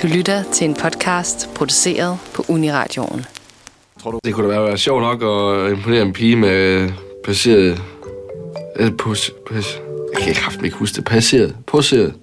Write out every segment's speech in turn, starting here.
Du lytter til en podcast produceret på Uniradioen. Tror du, det kunne da være sjovt nok at imponere en pige med passeret... Jeg kan kraften ikke huske det. Poseret.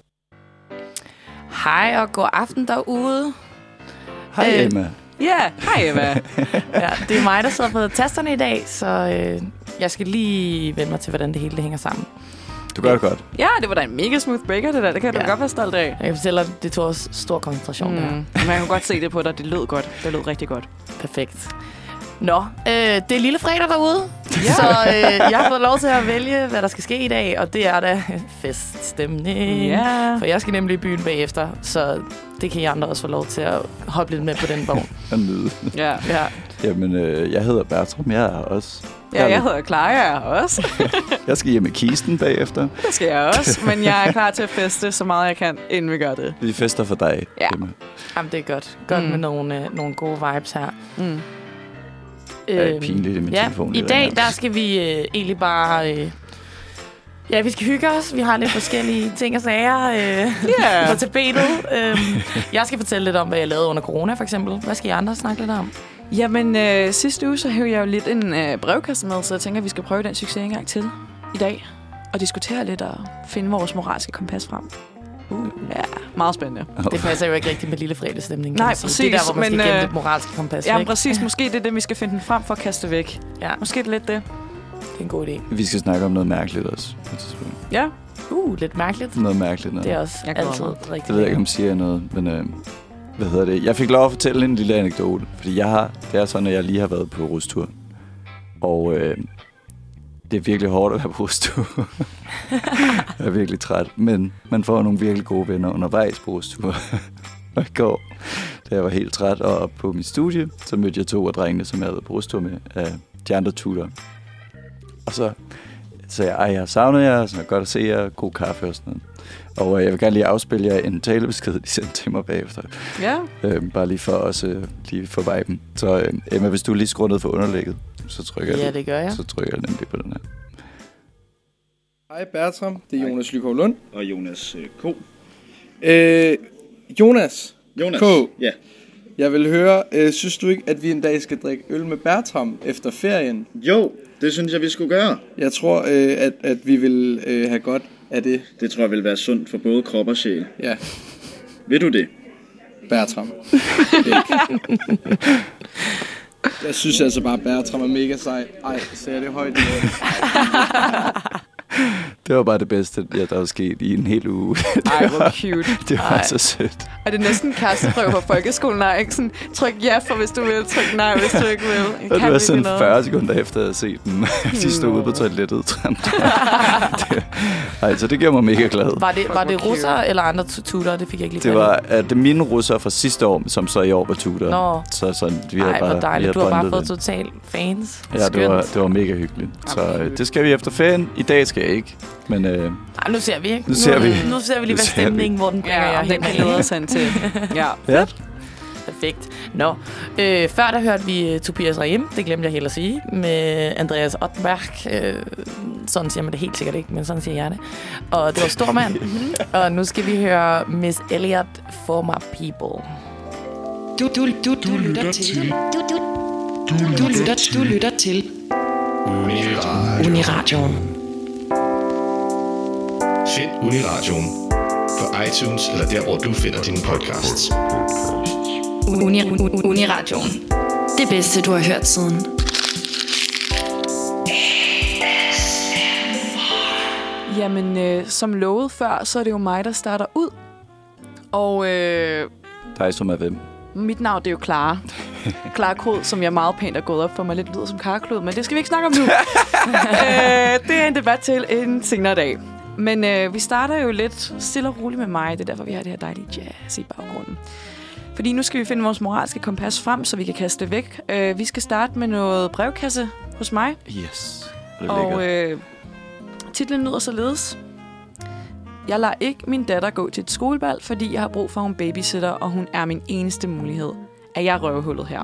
Hej og god aften derude. Hej Emma. Ja, hej Emma. Ja, det er mig, der sidder på tasterne i dag, så jeg skal lige vende mig til, hvordan det hele det hænger sammen. Du gør det godt. Ja, det var da en mega smooth breaker, det der. Det kan du godt være stolt af. Jeg kan fortælle, at det tog også stor koncentration der. Men jeg kan godt se det på dig. Det lød godt. Det lød rigtig godt. Perfekt. Nå, det er lille fredag derude, så jeg har fået lov til at vælge, hvad der skal ske i dag, og det er da feststemning. Yeah. For jeg skal nemlig i byen bagefter, så det kan I andre også få lov til at hoppe lidt med på den vogn. Og nyde. Ja. Jamen, jeg hedder Bertram. Jeg er også. Ja, jeg hedder Clara. Jeg er også. Jeg skal hjem i kisten bagefter. Det skal jeg også, men jeg er klar til at feste så meget jeg kan, inden vi gør det. Vi fester for dig, Emma. Jamen, det er godt. Godt med nogle gode vibes her. Det er pinligt i min telefon. I dag, der skal vi egentlig bare... vi skal hygge os. Vi har lidt forskellige ting og sager på tapetet. Jeg skal fortælle lidt om, hvad jeg lavede under corona, for eksempel. Hvad skal I andre snakke lidt om? Jamen, sidste uge, så hævde jeg jo lidt en brevkasse med, så jeg tænker, at vi skal prøve den succes en gang til i dag. Og diskutere lidt og finde vores moralske kompas frem. Ja, meget spændende. Det passer jo ikke rigtig med lille fredagsstemning. Nej, præcis. Det er der, hvor man skal gemme det moralske kompas væk. Ja, præcis. Måske det er det, vi skal finde den frem for at kaste væk. Ja. Måske det er lidt det. Det er en god idé. Vi skal snakke om noget mærkeligt også. Ja. Lidt mærkeligt. Noget mærkeligt. Noget. Det er også altid rigtigt. Jeg ved ikke, om jeg siger noget, men hvad hedder det? Jeg fik lov at fortælle en lille anekdote, fordi det er sådan, at jeg lige har været på rustur. Og det er virkelig hårdt at være på rustur. Jeg er virkelig træt, men man får nogle virkelig gode venner undervejs på rustur. Og i går, da jeg var helt træt og oppe på mit studie, så mødte jeg 2 af drengene, som jeg havde været på rustur med, af de andre tutorer. Og så sagde jeg, jeg savner jer, så godt at se jer, god kaffe og sådan noget. Og jeg vil gerne lige afspille jer en talebesked, de sendte til mig bagefter. Ja. Bare lige for os lige for viben. Så Emma, hvis du lige skruer ned for underlægget, så trykker jeg. Ja, det gør jeg. Så trykker jeg nemlig på den her. Hej Bertram, det er Jonas Lykov Lund. Og Jonas K. Jonas K. Ja. Jeg vil høre, synes du ikke, at vi en dag skal drikke øl med Bertram efter ferien? Jo, det synes jeg, vi skulle gøre. Jeg tror, at vi vil have godt af det. Det tror jeg vil være sundt for både krop og sjæl. Ja. Ved du det? Bertram. Jeg synes altså bare, at Bertram er mega sej. Ej, sagde det højt. Det var bare det bedste, der var sket i en hel uge. Ej, hvor cute. Det var så sødt. Og det er næsten kæresteprøve på folkeskolen. Nej, ikke sådan, tryk ja for, hvis du vil, tryk nej, hvis du ikke vil. Og det var sådan 40 sekunder efter, at jeg set dem. De stod ude på toilettet. Ej, så det gjorde mig mega glad. Var det russer eller andre tutorer? Det fik jeg ikke lige. Det var det mine russer fra sidste år, som så i år var tutor. Nå. Så sådan, vi havde bare, hvor dejligt. Du har bare fået det. total fans. Ja, det var mega hyggeligt. Så det skal vi efter ferien. I dag skal jeg ikke. Men nu ser vi, ikke? Nu ser vi lige, hvad stemningen, hvor den bringer jer hen. Den kan hen til. Ja. Perfekt. Nå, før der hørte vi Tobias Rahim, det glemte jeg helt at sige, med Andreas Ottenberg. Sådan siger man det helt sikkert ikke, men sådan siger jeg det. Og det var Stormand. Og nu skal vi høre Miss Elliot, For My People. Du lytter til. Du lytter til. Uniradioen. Find Uniradioen på iTunes eller der, hvor du finder dine podcasts. Uniradioen. Det bedste, du har hørt siden. Jamen, som lovet før, så er det jo mig, der starter ud. Og dig som er hvem? Mit navn, det er jo Clara. Clara Krud, som jeg meget pænt er gået op for mig. Lidt lyder som Karklud, men det skal vi ikke snakke om nu. Det er en debat til en senere dag. Men vi starter jo lidt stille og roligt med mig. Det er derfor, vi har det her dejlige jazz i baggrunden. Fordi nu skal vi finde vores moralske kompas frem, så vi kan kaste det væk. Vi skal starte med noget brevkasse hos mig. Yes. Og titlen lyder således. Jeg lader ikke min datter gå til et skolebal, fordi jeg har brug for en babysitter, og hun er min eneste mulighed. Er jeg røvhullet her?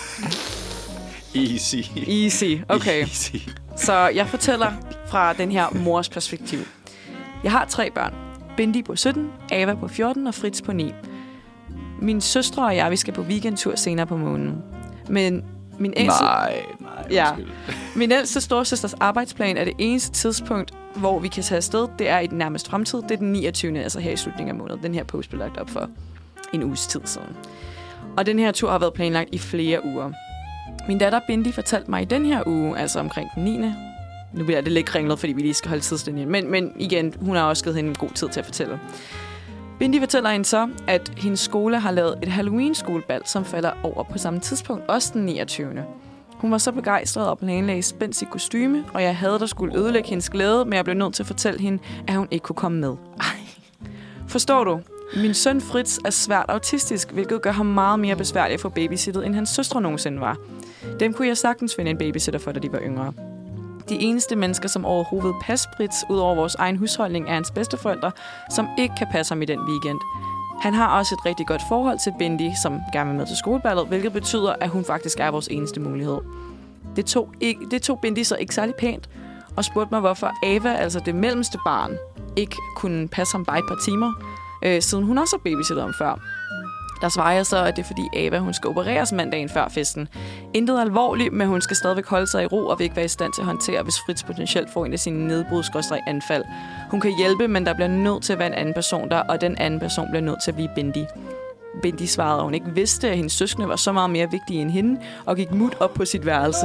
Easy, okay. Easy. Så jeg fortæller fra den her mors perspektiv. Jeg har 3 børn. Bindi på 17, Ava på 14 og Fritz på 9. Min søstre og jeg, vi skal på weekendtur senere på måneden. Men min ældste... Nej, undskyld. Min ældste storesøsters arbejdsplan er det eneste tidspunkt, hvor vi kan tage afsted. Det er i den nærmeste fremtid. Det er den 29. altså her i slutningen af måneden. Den her post blev lagt op for en uges tid siden. Og den her tur har været planlagt i flere uger. Min datter Bindi fortalte mig i den her uge, altså omkring den 9. Nu bliver det lidt ringlet, fordi vi lige skal holde tidslinjen. Men igen, hun har også givet hende en god tid til at fortælle. Bindi fortæller hende så, at hendes skole har lavet et Halloween-skolebal, som falder over på samme tidspunkt, også den 29. Hun var så begejstret og planlagde spændt sit kostyme, og jeg havde der skulle ødelægge hendes glæde, men jeg blev nødt til at fortælle hende, at hun ikke kunne komme med. Forstår du? Min søn Fritz er svært autistisk, hvilket gør ham meget mere besværligt at få babysittet, end hans søstre nogensinde var. Dem kunne jeg sagtens finde en babysitter for, da de var yngre. De eneste mennesker, som overhovedet vil passe Fritz, ud over vores egen husholdning, er hans bedsteforældre, som ikke kan passe ham i den weekend. Han har også et rigtig godt forhold til Bindi, som gerne vil med til skoleballet, hvilket betyder, at hun faktisk er vores eneste mulighed. Det tog Bindi så ikke særlig pænt, og spurgte mig, hvorfor Ava, altså det mellemste barn, ikke kunne passe ham bare et par timer, siden hun også har babysittet ham før. Der svarer jeg så, at det er fordi Ava, hun skal opereres mandagen før festen. Intet alvorligt, men hun skal stadigvæk holde sig i ro og vil ikke være i stand til at håndtere, hvis Fritz potentielt får en af sine nedbrud/anfald. Hun kan hjælpe, men der bliver nødt til at være en anden person der, og den anden person bliver nødt til at blive Bindi. Bindi svarede, at hun ikke vidste, at hendes søskende var så meget mere vigtige end hende, og gik mut op på sit værelse.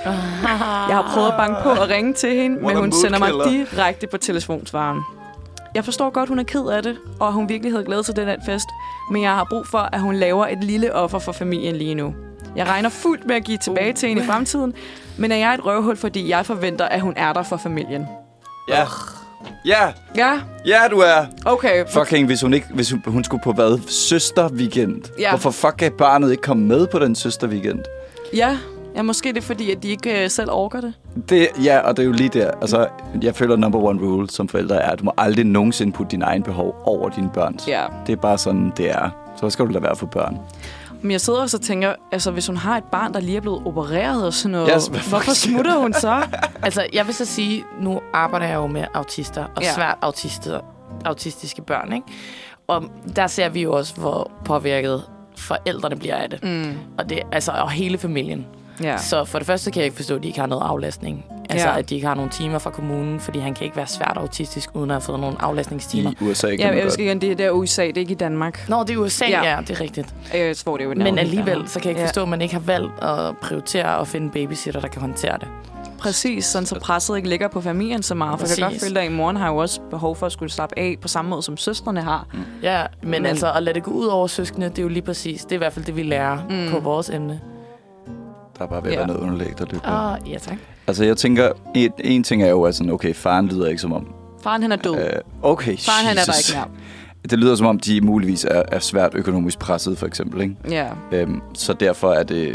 Jeg har prøvet at banke på og ringe til hende, men hun sender mig direkte på telefonsvaren. Jeg forstår godt, hun er ked af det, og hun virkelig havde glædet sig til den fest. Men jeg har brug for, at hun laver et lille offer for familien lige nu. Jeg regner fuldt med at give tilbage til hende i fremtiden, men er jeg et røvhul, fordi jeg forventer, at hun er der for familien? Ja. Ja. Ja? Ja, du er. Okay. Fucking, hvis hun skulle på hvad? Søsterweekend. Ja. Hvorfor fuck kan barnet ikke komme med på den søsterweekend? Ja. Ja, måske det er fordi, at de ikke selv orker det. Ja, og det er jo lige der. Altså, jeg føler number one rule som forældre er, at du må aldrig nogensinde putte dine egne behov over dine børns. Ja. Det er bare sådan, det er. Så skal du lade være for børn. Men jeg sidder også og tænker, altså hvis hun har et barn, der lige er blevet opereret og sådan noget, hvorfor smutter hun så? Altså, jeg vil så sige, nu arbejder jeg jo med autister og svært autistiske børn, ikke? Og der ser vi jo også, hvor påvirket forældrene bliver af det. Mm. Og det altså og hele familien. Ja. Så for det første kan jeg ikke forstå, at de ikke har noget aflastning. Altså, at de ikke har nogle timer fra kommunen, fordi han kan ikke være svært autistisk, uden at have fået nogle aflastningstimer. I USA kan jeg husker igen, det er USA, det er ikke i Danmark. Nå, det er USA, ja det er rigtigt. Jeg tror, det er jo men alligevel, så kan jeg ikke forstå, at man ikke har valgt at prioritere at finde en babysitter, der kan håndtere det. Præcis, sådan så presset ikke ligger på familien så meget. For jeg kan godt føle, at moren har jo også behov for at skulle slappe af på samme måde, som søstrene har. Mm. Ja, men altså at lade det gå ud over søskende, det er jo lige præcis. Det er i hvert fald det, vi lærer på vores emne. Der er bare ved at være noget underlægt at løbe. Ja, tak. Altså, jeg tænker, en ting er jo, at sådan, okay, faren lyder ikke som om... Faren, han er død. Okay, faren, han er der ikke mere. Det lyder som om, de muligvis er svært økonomisk presset, for eksempel, ikke? Ja. Så derfor er det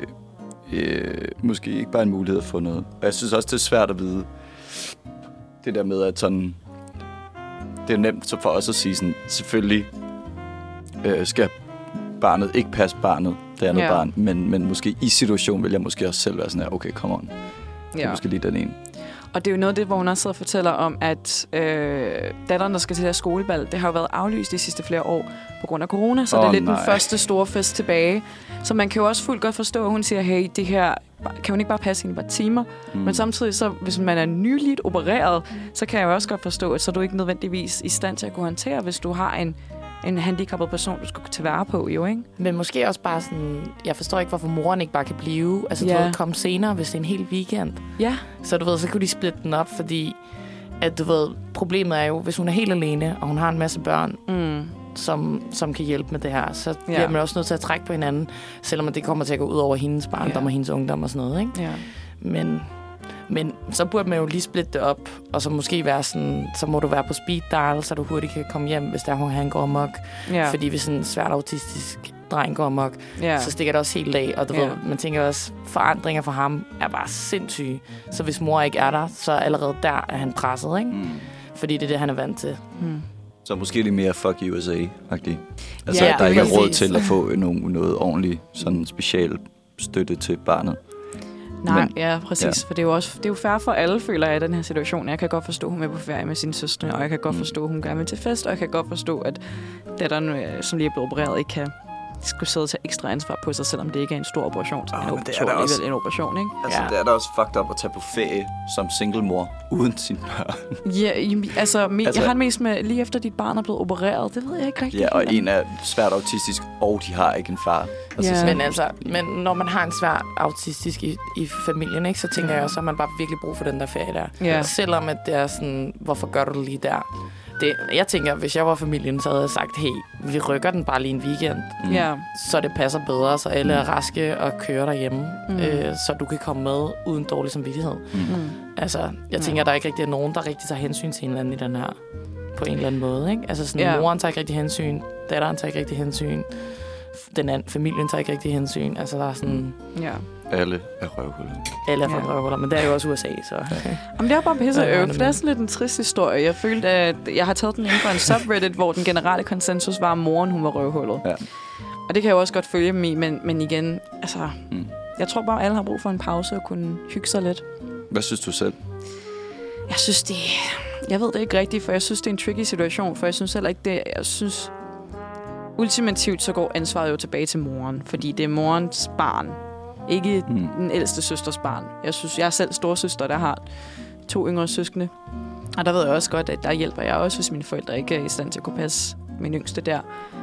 måske ikke bare en mulighed for noget. Og jeg synes også, det er svært at vide det der med, at sådan... Det er nemt så for os at sige sådan, selvfølgelig skal barnet ikke passe barnet, det andet barn, men måske i situationen vil jeg måske også selv være sådan her, okay, come on. Det er måske lige den ene. Og det er jo noget af det, hvor hun også sidder og fortæller om, at datteren, der skal til det her skolebal, det har jo været aflyst de sidste flere år på grund af corona, så det er lidt den første store fest tilbage. Så man kan jo også fuldt godt forstå, at hun siger, hey, det her kan hun ikke bare passe hende bare timer. Men samtidig, så hvis man er nyligt opereret, så kan jeg jo også godt forstå, at så er du ikke nødvendigvis i stand til at kunne håndtere, hvis du har en handicappet person, du skal tage vare på, jo, ikke? Men måske også bare sådan... Jeg forstår ikke, hvorfor moren ikke bare kan blive... Altså, du ved, komme senere, hvis det er en hel weekend. Ja. Så du ved, så kunne de splitte den op, fordi... At du ved, problemet er jo, hvis hun er helt alene, og hun har en masse børn, som kan hjælpe med det her, så bliver man også nødt til at trække på hinanden, selvom det kommer til at gå ud over hendes barndom og hendes ungdom og sådan noget, ikke? Ja. Men så burde man jo lige splitte det op, og så måske være sådan, så må du være på speed dial, så du hurtigt kan komme hjem, hvis der han går amok. Ja. Fordi hvis sådan en svært autistisk dreng går amok, så stikker det også helt af. Og du ved, man tænker også, forandringer for ham er bare sindssyge. Så hvis mor ikke er der, så allerede der er han presset, ikke? Fordi det er det, han er vant til. Så måske lidt mere fuck USA-agtigt. Altså, der ikke er råd til at få noget ordentligt sådan special støtte til barnet. Nej, præcis. For det er jo fair for alle, føler jeg, i den her situation. Jeg kan godt forstå, at hun er på ferie med sine søstre, og jeg kan godt forstå, at hun gerne vil til fest, og jeg kan godt forstå, at datteren, som lige er blevet opereret, ikke skulle sidde og tage ekstra ansvar på sig, selvom det ikke er en stor operation. Men det er operation da alligevel også en operation, ikke? Altså, det er da også fucked up at tage på ferie som single mor uden sine børn. Ja, altså, jeg har det mest med, lige efter dit barn er blevet opereret. Det ved jeg ikke rigtig. Ja, og en er svært autistisk, og de har ikke en far. Altså, Men når man har en svær autistisk i familien, ikke, så tænker jeg også, at man bare virkelig brug for den der ferie der. Ja. Selvom at det er sådan, hvorfor gør du det lige der? Jeg tænker, hvis jeg var familien, så havde jeg sagt, hey, vi rykker den bare lige en weekend, så det passer bedre, så alle er raske og kører derhjemme, så du kan komme med uden dårlig samvittighed. Altså, jeg tænker, der ikke rigtig er nogen, der rigtig tager hensyn til en eller anden i den her, på en eller anden måde, ikke? Altså sådan, moren tager ikke rigtig hensyn, datteren tager ikke rigtig hensyn, den anden familien tager ikke rigtig hensyn. Altså, der er sådan... Ja. Alle er røvhuller. Alle er røvhuller, men det er jo også USA, så... Jamen, det er bare pisse for det er sådan lidt en trist historie. Jeg følte, at jeg har taget den inden for en subreddit, hvor den generelle konsensus var, at moren, hun var røvhullet. Ja. Og det kan jeg jo også godt følge dem i, men igen, altså... Jeg tror bare, at alle har brug for en pause og kunne hygge sig lidt. Hvad synes du selv? Jeg synes, jeg ved det ikke rigtigt, for jeg synes, det er en tricky situation, for jeg synes heller ikke det... Jeg synes... Ultimativt så går ansvaret jo tilbage til moren, fordi det er morens barn, ikke den ældste søsters barn. Jeg er selv storsøster, der har 2 yngre søskende, og der ved jeg også godt, at der hjælper jeg også, hvis mine forældre ikke er i stand til at kunne passe min yngste der.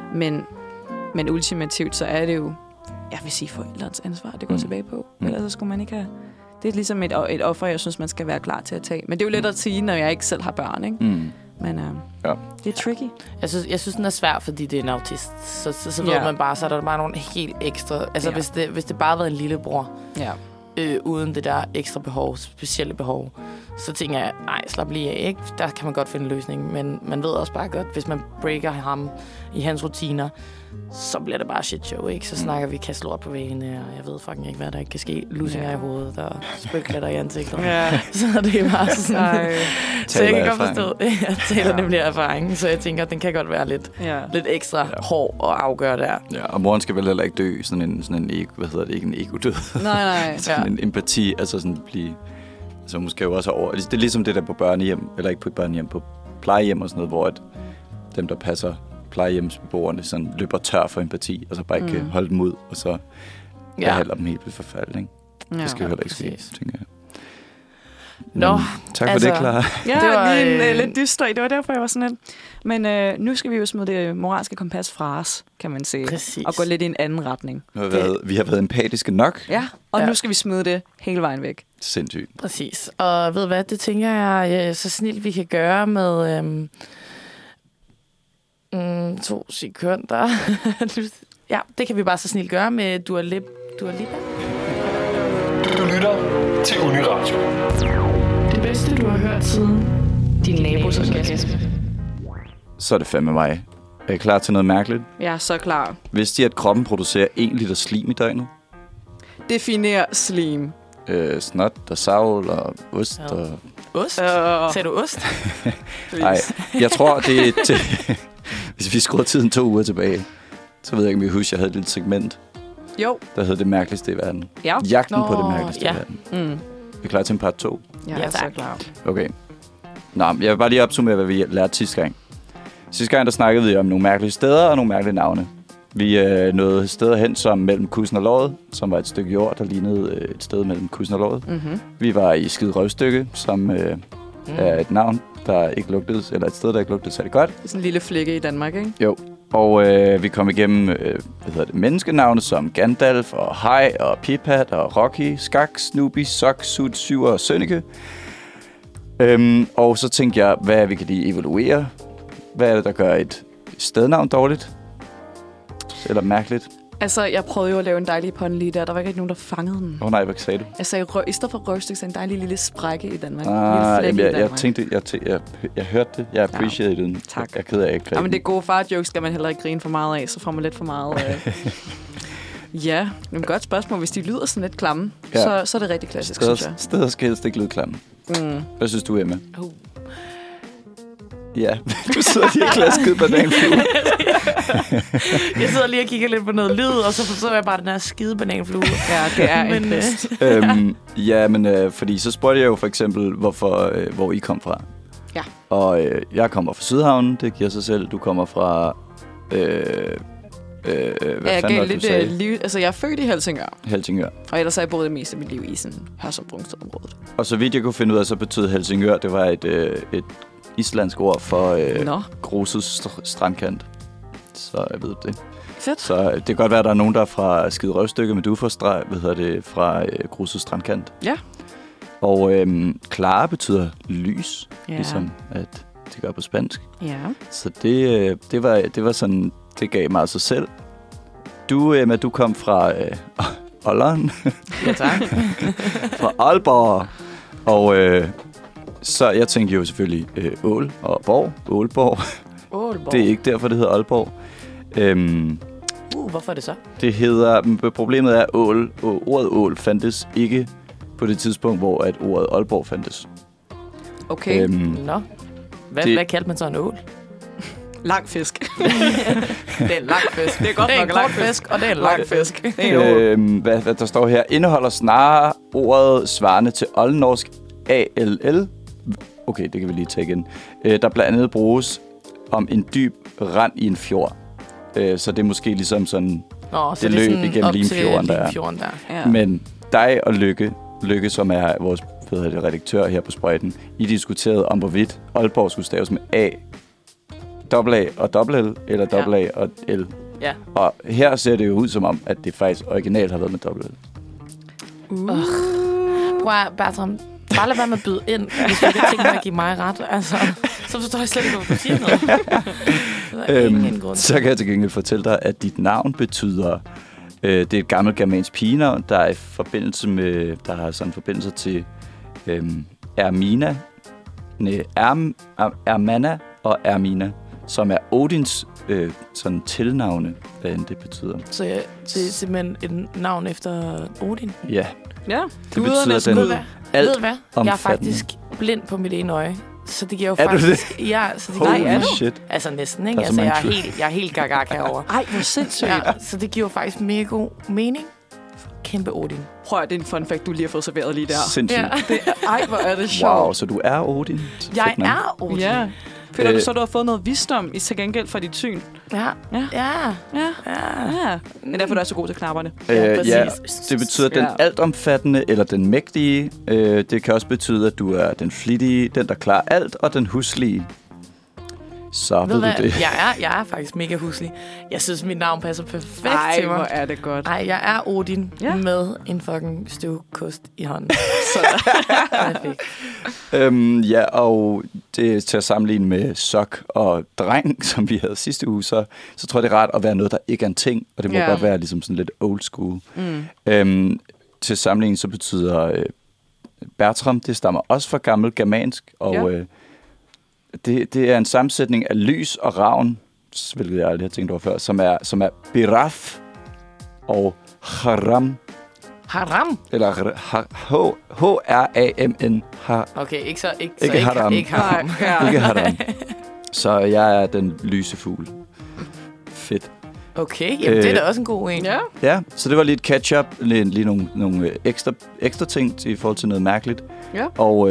Men ultimativt så er det jo, jeg vil sige, forældrens ansvar, det går tilbage på. Ellers så skulle man ikke have... Det er ligesom et offer, jeg synes, man skal være klar til at tage. Men det er jo let at sige, når jeg ikke selv har børn, ikke? Men det er tricky. Jeg synes, den er svær, fordi det er en autist. Så ved man bare, så er der bare nogle helt ekstra... Altså, hvis det bare havde været en lillebror, uden det der ekstra behov, specielle behov, så tænker jeg, slap lige af, ikke? Der kan man godt finde en løsning. Men man ved også bare godt, hvis man breaker ham i hans rutiner, så bliver det bare shit show, ikke? Så snakker vi kastelort på væggene, og jeg ved fucking ikke, hvad der ikke kan ske. Lusinger i hovedet, og spøgklætter i ansigtet. Så det er bare sådan... Så jeg kan godt forstå, jeg taler nemlig af erfaring, så jeg tænker, at den kan godt være lidt ekstra hård og afgøre der. Ja, og moren skal vel heller ikke dø sådan en ikke en ego-død. Nej. Sådan en empati, altså sådan blive... Altså måske jo også over... Det er ligesom det der på børnehjem, eller ikke på børnehjem, på plejehjem og sådan noget, hvor at dem, der passer plejehjemsbeboerne, sådan løber tør for empati, og så bare ikke kan holde dem ud, og så behandler dem helt ved forfald, ikke? Det skal jo heller ikke ske, tænker jeg. Nå, tak for det, Clara. Ja, det var lige en lidt dyster. Det var derfor, jeg var sådan lidt. Men nu skal vi jo smide det moralske kompas fra os, kan man sige. Præcis. Og gå lidt i en anden retning. Vi har været empatiske nok. Ja, og nu skal vi smide det hele vejen væk. Sindssygt. Præcis. Og ved du hvad, det tænker jeg så snilt, vi kan gøre med 2 sekunder. Ja, det kan vi bare så snilt gøre med Dua Lipa. Du lytter til Uniradio. Det bedste, du har hørt siden din nabos orgasme. Så er det fandme mig. Er I klar til noget mærkeligt? Jeg er så klar. Vidste I, at kroppen producerer 1 liter slim i døgnet? Definer slim. Snot og savl og ost og... Ost? Sagde du ost? Nej, jeg tror, det er til... Hvis vi skruer tiden 2 uger tilbage, så ved jeg ikke, om I husker, jeg havde et lille segment. Jo. Der hed Det mærkeligste i verden. Ja. Jagten på det mærkeligste i verden. Er I klar til en part 2? Jeg er så klar. Okay. Nå, jeg vil bare lige opsummere, hvad vi lærte sidste gang. Sidste gang, der snakkede vi om nogle mærkelige steder og nogle mærkelige navne. Vi nåede steder hen som mellem Kussen og Låret, som var et stykke jord, der lignede et sted mellem Kussen og Låret. Mm-hmm. Vi var i Skide Røvstykke, som er et navn, der ikke lugtede, eller et sted, der ikke lugtede særlig godt. Sådan en lille flække i Danmark, ikke? Jo. Og vi kom igennem menneskenavne som Gandalf og Haj og Piphat og Rocky, Skak, Snoopy, Sok, Sut, Syver og Sønneke. Og så tænkte jeg, hvad vi kan lige evaluere. Hvad er det, der gør et stednavn dårligt? Eller mærkeligt? Altså, jeg prøvede jo at lave en dejlig pun lige der. Der var ikke nogen, der fangede den. Nej, hvad sagde du? Jeg sagde, i stedet for røvstykke, så en dejlig lille sprække i Danmark. Jeg hørte det. Jeg appreciated den. Tak. Jeg er ked af, jeg ikke greb. Men det gode far-jokes skal man heller ikke grine for meget af, så får man lidt for meget... Ja, det er et godt spørgsmål. Hvis de lyder sådan lidt klamme, så er det rigtig klassisk, synes jeg. Steder skal helst ikke lyde klamme. Hvad synes du, Emma? Ja, du sidder lige og klasker bananflue. Jeg sidder lige og kigger lidt på noget lyd, og så forstår jeg bare den her skide bananflue. Ja, det er en pest. Fordi så spurgte jeg jo for eksempel, hvor I kom fra. Ja. Og jeg kommer fra Sydhavnen, det giver sig selv. Du kommer fra, hvad fanden var det, du sagde? Altså, jeg er født i Helsingør. Helsingør. Og ellers har jeg boet det meste af mit liv i sådan Hørsholm-Brungsted-området. Og så vidt jeg kunne finde ud af, så betød Helsingør, det var et islandsk ord for gruset strandkant. Så jeg ved det. Fedt. Så det kan godt være, at der er nogen, der er fra Skide Røvstykke, men du er fra gruset strandkant. Ja. Og klare betyder lys, ligesom at det gør på spansk. Ja. Så det var sådan, det gav mig sig selv. Du, Emma, du kom fra Ålderen. Ja, tak. Fra Aalborg. Og så jeg tænkte jo selvfølgelig Ål og Borg. Aalborg. Det er ikke derfor, det hedder Aalborg. Hvorfor er det så? Det hedder... Problemet er, at ordet ål fandtes ikke på det tidspunkt, hvor at ordet Aalborg fandtes. Okay. Nå. Hvad kaldte man så en ål? Lang fisk. Det er en lang fisk. Det er godt nok en kort fisk, og det er en lang fisk. Hvad der står her, indeholder snarere ordet svarende til oldnorsk ALL. Okay, det kan vi lige tage igen. Der blandt andet bruges om en dyb rand i en fjord. Så det er måske ligesom sådan, det løb igennem Limfjorden, der er. Ja. Men dig og Lykke, som er vores redaktør her på Sprøjten, I diskuterede om, hvorvidt Aalborg skulle staves med A, dobbelt A og dobbelt L, eller dobbelt A og L. Ja. Og her ser det jo ud som om, at det faktisk originalt har været med dobbelt L. Prøv at, Bertram, bare lad være med at byde ind, hvis du ikke tænker at give mig ret. Altså, så forstår jeg slet ikke, hvad du siger noget. Så kan jeg til gengæld fortælle dig, at dit navn betyder... det er et gammelt germansk pigenavn, der er i forbindelse med... Der har sådan forbindelse til Ermina. Ermanna og Ermina, som er Odins sådan tilnavne, hvad end det betyder. Så det er simpelthen et navn efter Odin? Ja. Ja. Det betyder den alt ved hvad? Jeg er faktisk blind på mit ene øje. Så det giver jo er faktisk... Ja, så det Holy shit. Altså næsten, ikke? Altså, jeg er helt gagak herovre. Ej, hvor sindssygt. Ja, så det giver jo faktisk mega god mening. Kæmpe Odin. Prøv at det er en fun fact, du lige har fået serveret lige der. Sindssygt. Ja. Ej, hvor er det sjovt. Wow, så du er Odin? Jeg er Odin. Ja. Føler du så, du har fået noget visdom i til gengæld for dit syn? Ja. Men derfor er du også så god til knapperne. Ja, det betyder den altomfattende eller den mægtige. Det kan også betyde, at du er den flittige, den der klarer alt, og den huslige. Så ved du det? Jeg er faktisk mega huslig. Jeg synes, mit navn passer perfekt til mig. Hvor er det godt. Ej, jeg er Odin med en fucking støvkost i hånden. Så perfekt. Ja, og det er til at sammenligne med sok og dreng, som vi havde sidste uge, så tror jeg, det er rart at være noget, der ikke er en ting, og det må godt være ligesom sådan lidt old school. Til sammenligning så betyder Bertram, det stammer også fra gammel germansk, og det er en sammensætning af lys og ravn, hvilket jeg aldrig har tænkt over før, som er biraf og haram. Haram? Eller H-R-A-M-N. Okay, ikke haram. Ikke haram. Ikke haram. Så jeg er den lyse fugl. Fedt. Okay, jamen det er da også en god en. Ja, så det var lidt catch-up, lige nogle ekstra ting i forhold til noget mærkeligt. Ja. Og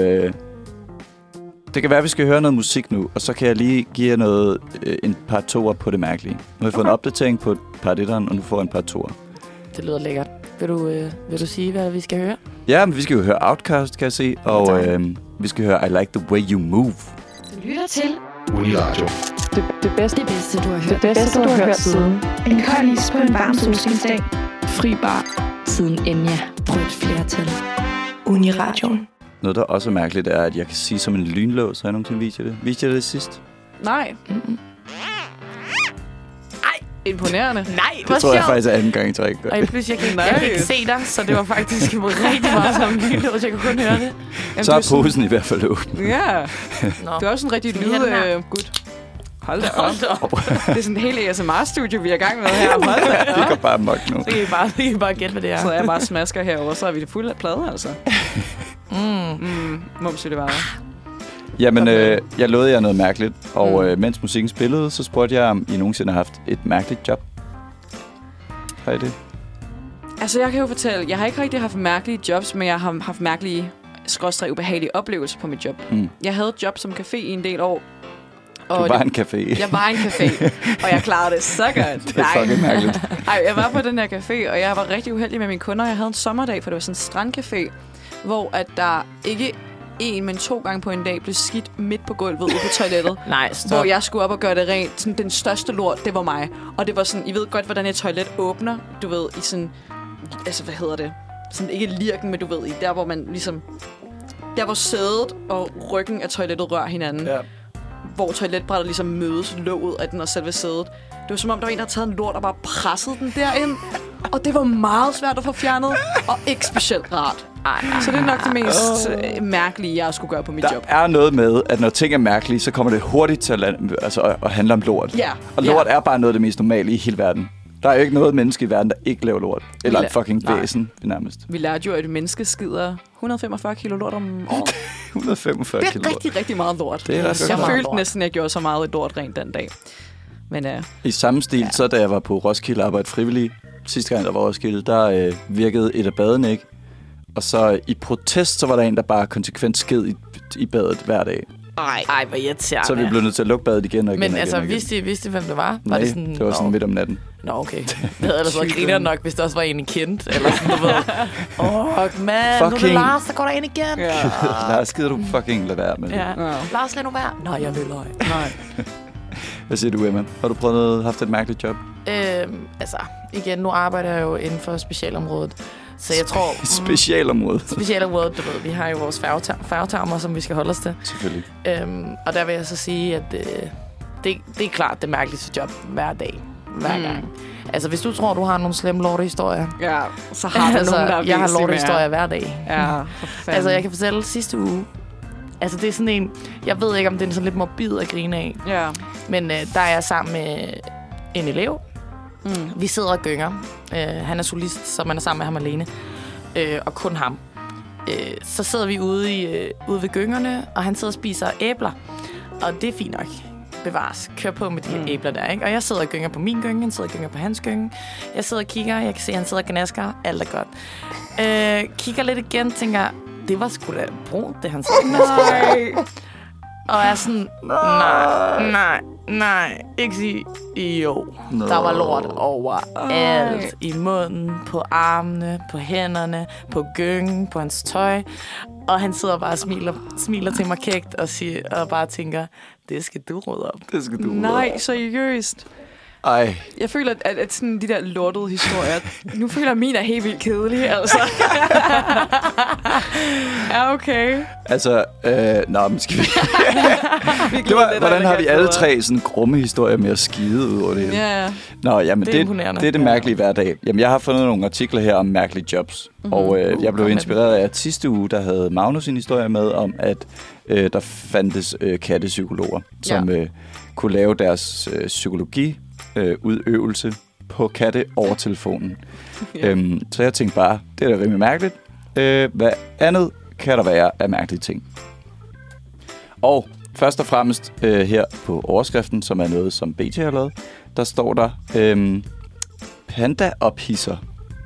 det kan være, at vi skal høre noget musik nu, og så kan jeg lige give jer en par toer på det mærkelige. Nu har jeg fået en opdatering på par etteren, og nu får jeg en par toer. Det lyder lækkert. Vil du sige, hvad vi skal høre? Ja, men vi skal jo høre Outkast, kan jeg se, og vi skal høre I Like The Way You Move. Du lytter til Uniradio. det bedste, du har hørt siden. En kold is på en varm solskinsdag. Fri bar siden Enya på et flertal. Uniradioen. Noget, der også er mærkeligt, er, at jeg kan sige som en lynlås. Har jeg nogensinde vist jer det? Viste jeg det sidst? Nej. Imponerende. Nej, det tror jeg faktisk er anden gang i træk. Og pludselig, jeg kan ikke se dig, så det var faktisk rigtig meget som en lynlås. Jeg kunne kun høre det. Jamen, så er posen i hvert fald åben. Ja. Du er også en rigtig lyd-gut. Hold da op. Det er sådan en helt ASMR-studie, vi er i gang med her. Hold da op. Det går bare mok nu. Så kan I bare gætte, hvad det er. Så jeg bare smasker herover, så er vi det fulde af plade, altså. Mums, det var. Jamen, jeg lovede jer noget mærkeligt, og mens musikken spillede, så spurgte jeg, om I nogensinde har haft et mærkeligt job. Har I det? Altså, jeg kan jo fortælle, jeg har ikke rigtig haft mærkelige jobs, men jeg har haft mærkelige, ubehagelige oplevelser på mit job. Jeg havde et job som café i en del år, Du var en café. Jeg var en café, og jeg klarede det så godt. Det er fucking mærkeligt. Ej, jeg var på den her café, og jeg var rigtig uheldig med mine kunder. Jeg havde en sommerdag, for det var sådan en strandcafé, hvor at der ikke 1, men 2 gange på en dag blev skidt midt på gulvet ude på toilettet. Nej, stop. Hvor jeg skulle op og gøre det rent. Sådan, den største lort, det var mig. Og det var sådan, I ved godt, hvordan et toilet åbner. Du ved, i sådan... Altså, hvad hedder det? Sådan ikke lirken, men du ved, i der, hvor man ligesom... Der, hvor sædet og ryggen af toilettet rører hinanden. Ja. Hvor toiletbrættet ligesom mødes låget af den og selve sædet. Det var som om, der var en, der havde taget en lort og bare presset den derind. Og det var meget svært at få fjernet, og ikke specielt rart. Så det er nok det mest mærkelige, jeg skulle gøre på mit job. Der er noget med, at når ting er mærkelige, så kommer det hurtigt til at handle om lort. Ja. Og lort er bare noget af det mest normale i hele verden. Der er jo ikke noget menneske i verden, der ikke laver lort. Eller en fucking væsen, nærmest. Vi lærte jo, at et menneske skider 145 kilo lort om året. 145 kilo lort. Det er rigtig, rigtig meget lort. Det er ret jeg godt. følte næsten, at jeg gjorde så meget lort rent den dag. Men, i samme stil, så da jeg var på Roskilde arbejde frivillig, sidste gang der var Roskilde, der virkede et af badene ikke. Og så i protest, så var der en, der bare konsekvent sked i badet hver dag. Ej, hvor irriterende. Så vi blev nødt til at lukke badet igen og igen. Men og altså, igen. vidste I, hvem det var? Nej, var det, sådan, det var sådan midt om natten. Nå, okay. Det havde ellers været griner nok, hvis det også var en, I kendte. Eller sådan, du ved. Mand, nu er det Lars, der går der ind igen. Ja. Lars, skider du fucking lade være med det. Ja. Lars, lad nu være. Nej, jeg vil løg. Nej. Hvad siger du, Emma? Har du prøvet haft et mærkeligt job? Altså, igen, nu arbejder jeg jo inden for specialområdet. Så jeg tror... Specialområdet? Specialområdet, du ved. Vi har jo vores færgetarmer, som vi skal holde os til. Selvfølgelig. Og der vil jeg så sige, at det er klart det mærkeligste job hver dag. Hver gang. Altså, hvis du tror, du har nogle slemme lortehistorier... Ja, så har der nogen, der jeg har lortehistorier hver dag. Ja, altså, jeg kan fortælle sidste uge... Altså, det er sådan en... Jeg ved ikke, om det er sådan lidt morbid at grine af. Ja. Men der er jeg sammen med en elev. Vi sidder og gynger. Han er solist, så man er sammen med ham alene. Og kun ham. Så sidder vi ude ved gyngerne, og han sidder og spiser æbler. Og det er fint nok. Bevares. Kør på med de her æbler der, ikke? Og jeg sidder og gynger på min gynge, han sidder og gynger på hans gynge. Jeg sidder og kigger, jeg kan se, at han sidder og gnasker. Alt er godt. Kigger lidt igen, tænker, det var sgu da brunt, det han sidder og gnasker. Og jeg er sådan, nej, ikke sige jo. No. Der var lort overalt. I munden, på armene, på hænderne, på gyngen, på hans tøj. Og han sidder bare og smiler til mig kægt og bare tænker, det skal du rydde op. Det skal du rydde op. Nej, seriøst. Ej. Jeg føler, at sådan de der lortede historier... Nu føler jeg, at min er helt vildt kedelig, altså. Ja, okay. Altså, men skal vi... Hvordan har vi alle tre sådan grumme historier med at skide ud over det hele? Ja. Nå, jamen, det er det mærkelige hver dag. Jamen, jeg har fundet nogle artikler her om mærkelige jobs. Og jeg blev inspireret af, at sidste uge, der havde Magnus en historie med om, at der fandtes kattepsykologer, som kunne lave deres psykologiudøvelse på katte over telefonen. Så jeg tænkte bare, det er da rimelig mærkeligt. Hvad andet kan der være af mærkelige ting? Og først og fremmest her på overskriften, som er noget, som BT har lavet, der står der panda-ophisser.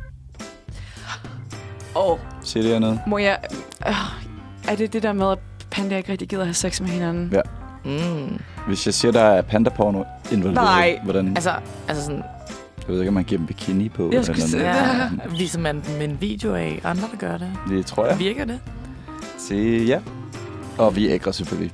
Siger det her noget? Må jeg... er det det der med, at panda ikke rigtig gider have sex med hinanden? Ja. Hvis jeg siger, der er panda-porno involveret, nej. Hvordan... Altså sådan... Jeg ved ikke, om man giver dem bikini på. Jeg skulle sige viser man dem en video af andre, der gør det? Det tror jeg. Virker det? Se, ja. Og vi ægger selvfølgelig.